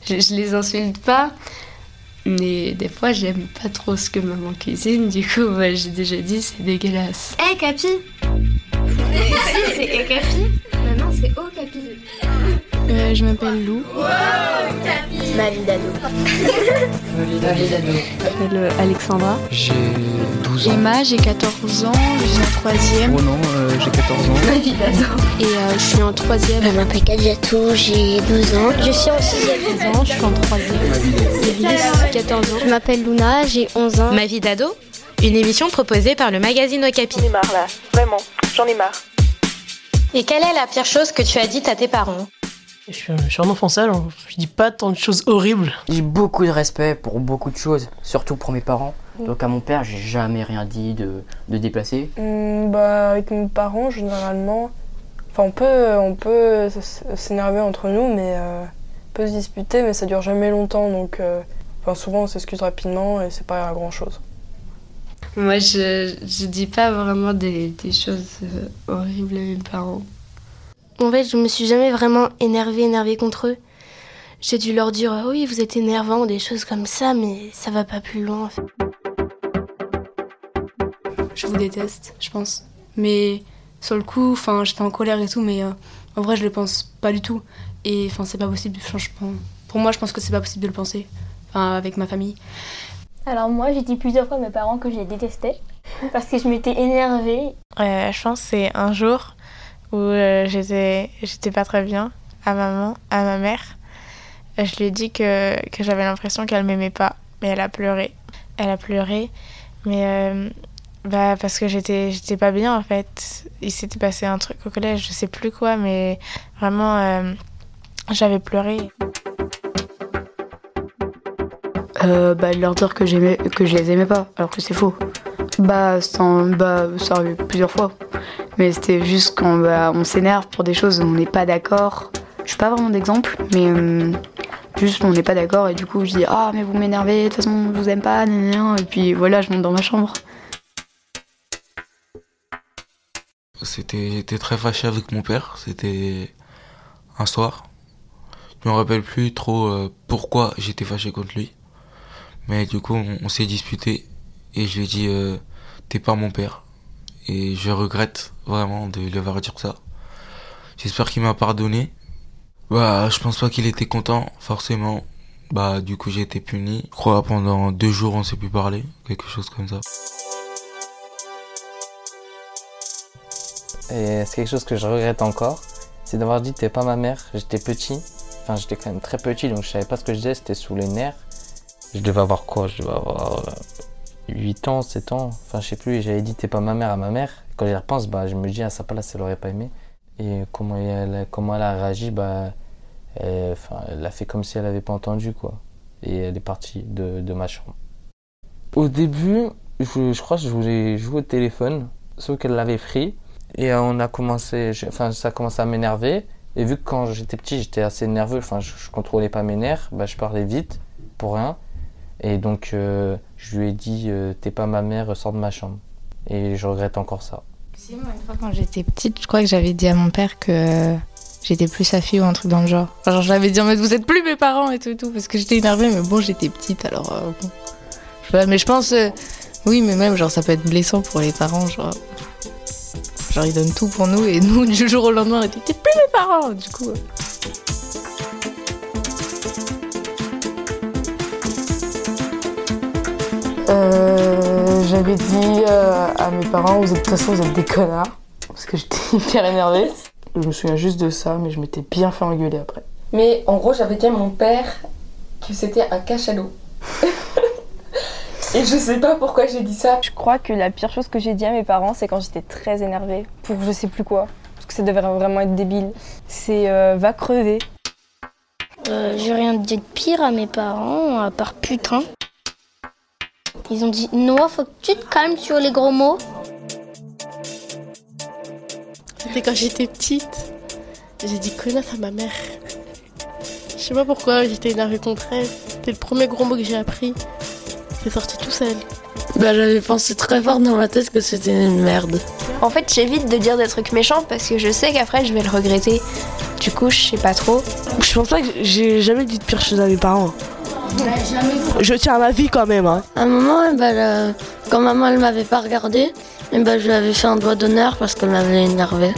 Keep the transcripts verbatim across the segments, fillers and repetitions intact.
je, je les insulte pas. Mais des fois, j'aime pas trop ce que maman cuisine. Du coup, bah, j'ai déjà dit, c'est dégueulasse. Hé, hey, Capi. Si, c'est Hé, Capi. Maintenant, c'est Oh, Capi. Euh, je m'appelle Lou. Wow, Capi. Ma vie d'ado. Ma vie d'ado. Je m'appelle Alexandra. J'ai douze ans. Emma, j'ai quatorze ans, je suis en troisième. Oh non, euh, j'ai quatorze ans. Ma vie d'ado. Et euh, je suis en troisième. Je m'appelle Kadjatou, j'ai douze ans. Je suis en sixième. treize ans, je suis en troisième. Ma vie d'ado. quatorze ans. Je m'appelle Luna, j'ai onze ans. Ma vie d'ado, une émission proposée par le magazine Okapi. J'en ai marre là, vraiment, j'en ai marre. Et quelle est la pire chose que tu as dite à tes parents ? Je suis, je suis un enfant sage, je dis pas tant de choses horribles. J'ai beaucoup de respect pour beaucoup de choses, surtout pour mes parents. Donc à mon père, j'ai jamais rien dit de, de déplacé. Mmh, bah, avec mes parents, généralement, enfin, on peut, on peut s'énerver entre nous, mais euh, on peut se disputer, mais ça dure jamais longtemps. Donc euh, enfin, souvent, on s'excuse rapidement et c'est pas grand chose. Moi, je, je dis pas vraiment des, des choses euh, horribles à mes parents. En fait, je me suis jamais vraiment énervée, énervée contre eux. J'ai dû leur dire oh, oui, vous êtes énervants, des choses comme ça, mais ça va pas plus loin. En fait. Je vous déteste, je pense. Mais sur le coup, enfin, j'étais en colère et tout, mais euh, en vrai, je le pense pas du tout. Et enfin, c'est pas possible. Je pense, pour moi, je pense que c'est pas possible de le penser. Enfin, avec ma famille. Alors moi, j'ai dit plusieurs fois à mes parents que je les détestais parce que je m'étais énervée. Euh, je pense que c'est un jour où euh, j'étais, j'étais pas très bien à maman, à ma mère. Je lui ai dit que, que j'avais l'impression qu'elle m'aimait pas, mais elle a pleuré. Elle a pleuré, mais euh, bah, parce que j'étais, j'étais pas bien en fait. Il s'était passé un truc au collège, je sais plus quoi, mais vraiment, euh, j'avais pleuré. Euh, bah, de leur dire que, j'aimais, que je les aimais pas, alors que c'est faux. Bah, ça, bah, ça arrive plusieurs fois. Mais c'était juste quand bah, on s'énerve pour des choses où on n'est pas d'accord. Je suis pas vraiment d'exemple, mais euh, juste on n'est pas d'accord et du coup je dis ah mais vous m'énervez, de toute façon je vous aime pas, nan, et puis voilà, je monte dans ma chambre. C'était, j'étais très fâché avec mon père, c'était un soir. Je me rappelle plus trop euh, pourquoi j'étais fâché contre lui. Mais du coup, on, on s'est disputé et je lui ai dit euh, t'es pas mon père. Et je regrette vraiment de lui avoir dit ça. J'espère qu'il m'a pardonné. Bah, je pense pas qu'il était content, forcément. Bah, du coup, j'ai été puni. Je crois pendant deux jours, on s'est plus parler, quelque chose comme ça. Et c'est quelque chose que je regrette encore, c'est d'avoir dit t'es pas ma mère. J'étais petit, enfin j'étais quand même très petit, donc je savais pas ce que je disais, c'était sous les nerfs. Je devais avoir quoi? Je devais avoir huit ans, sept ans, enfin je sais plus, et j'avais dit t'es pas ma mère à ma mère. Quand j'y repense, bah, je me dis à sa place, elle aurait pas aimé. Et comment elle, comment elle a réagi, bah, elle, enfin, elle a fait comme si elle avait pas entendu, quoi. Et elle est partie de, de ma chambre. Au début, je, je crois que je voulais jouer au téléphone, sauf qu'elle l'avait pris. Et on a commencé, enfin ça a commencé à m'énerver. Et vu que quand j'étais petit, j'étais assez nerveux, enfin je, je contrôlais pas mes nerfs, bah, je parlais vite, pour rien. Et donc euh, je lui ai dit euh, t'es pas ma mère, sors de ma chambre. Et je regrette encore ça. Si, moi, une fois quand j'étais petite, je crois que j'avais dit à mon père que j'étais plus sa fille ou un truc dans le genre. Enfin, genre je l'avais dit en mode vous êtes plus mes parents et tout et tout, parce que j'étais énervée, mais bon j'étais petite alors euh, bon. Je sais pas, mais je pense, euh, oui mais même genre ça peut être blessant pour les parents, genre. Genre ils donnent tout pour nous et nous du jour au lendemain on était t'es plus mes parents du coup. Ouais. Euh, j'avais dit euh, à mes parents vous êtes, de toute façon vous êtes des connards parce que j'étais hyper énervée. Je me souviens juste de ça, mais je m'étais bien fait engueuler après. Mais en gros j'avais dit à mon père que c'était un cachalot. Et je sais pas pourquoi j'ai dit ça. Je crois que la pire chose que j'ai dit à mes parents, c'est quand j'étais très énervée pour je sais plus quoi. Parce que ça devait vraiment être débile. C'est euh, va crever. Euh, j'ai rien dit de pire à mes parents, à part putain. Ils ont dit Noah, faut que tu te calmes sur les gros mots. C'était quand j'étais petite. J'ai dit connasse à ma mère. Je sais pas pourquoi j'étais énervée contre elle. C'était le premier gros mot que j'ai appris. C'est sorti tout seul. Bah j'avais pensé très fort dans ma tête que c'était une merde. En fait j'évite de dire des trucs méchants parce que je sais qu'après je vais le regretter. Du coup, je sais pas trop. Je pense pas que j'ai jamais dit de pire chose à mes parents. Bah, jamais. Je tiens à ma vie quand même. Hein. À un moment, bah, le... quand maman elle m'avait pas regardé, bah, je lui avais fait un doigt d'honneur parce qu'elle m'avait énervé.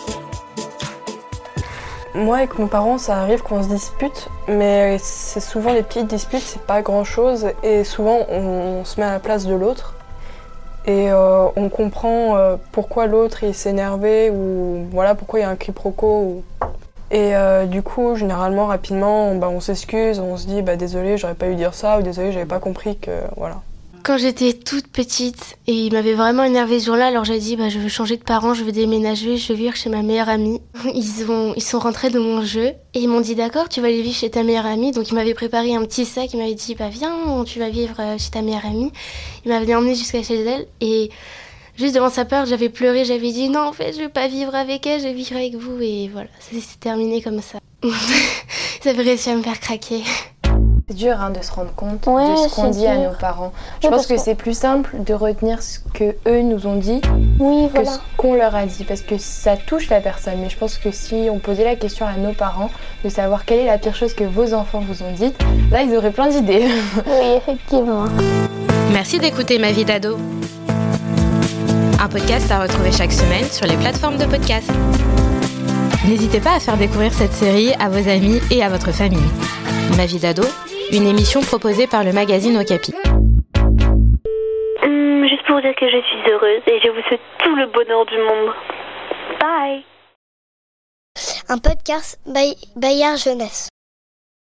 Moi, avec mes parents, ça arrive qu'on se dispute, mais c'est souvent les petites disputes, c'est pas grand-chose, et souvent on, on se met à la place de l'autre, et euh, on comprend euh, pourquoi l'autre il s'est énervé, ou voilà, pourquoi il y a un quiproquo. Ou... Et euh, du coup, généralement, rapidement, bah, on s'excuse, on se dit bah, désolé, j'aurais pas dû dire ça, ou désolé, j'avais pas compris que voilà. Quand j'étais toute petite et il m'avait vraiment énervée ce jour-là, alors j'ai dit bah, je veux changer de parents, je veux déménager, je veux vivre chez ma meilleure amie. Ils, ont, ils sont rentrés dans mon jeu et ils m'ont dit d'accord, tu vas aller vivre chez ta meilleure amie. Donc ils m'avaient préparé un petit sac, ils m'avaient dit bah viens, tu vas vivre chez ta meilleure amie. Ils m'avaient emmenée jusqu'à chez elle et juste devant sa porte, j'avais pleuré, j'avais dit non en fait je veux pas vivre avec elle, je veux vivre avec vous. Et voilà, ça s'est terminé comme ça. Ça avait réussi à me faire craquer. C'est dur hein, de se rendre compte ouais, de ce qu'on dit dur. à nos parents. Je ouais, pense que que... c'est plus simple de retenir ce que eux nous ont dit oui, que voilà. ce qu'on leur a dit, parce que ça touche la personne. Mais je pense que si on posait la question à nos parents de savoir quelle est la pire chose que vos enfants vous ont dite, là ils auraient plein d'idées. Oui, effectivement. Merci d'écouter Ma vie d'ado. Un podcast à retrouver chaque semaine sur les plateformes de podcast. N'hésitez pas à faire découvrir cette série à vos amis et à votre famille. Ma vie d'ado, une émission proposée par le magazine Okapi. Hum, juste pour dire que je suis heureuse et je vous souhaite tout le bonheur du monde. Bye. Un podcast Bay- Bayard Jeunesse.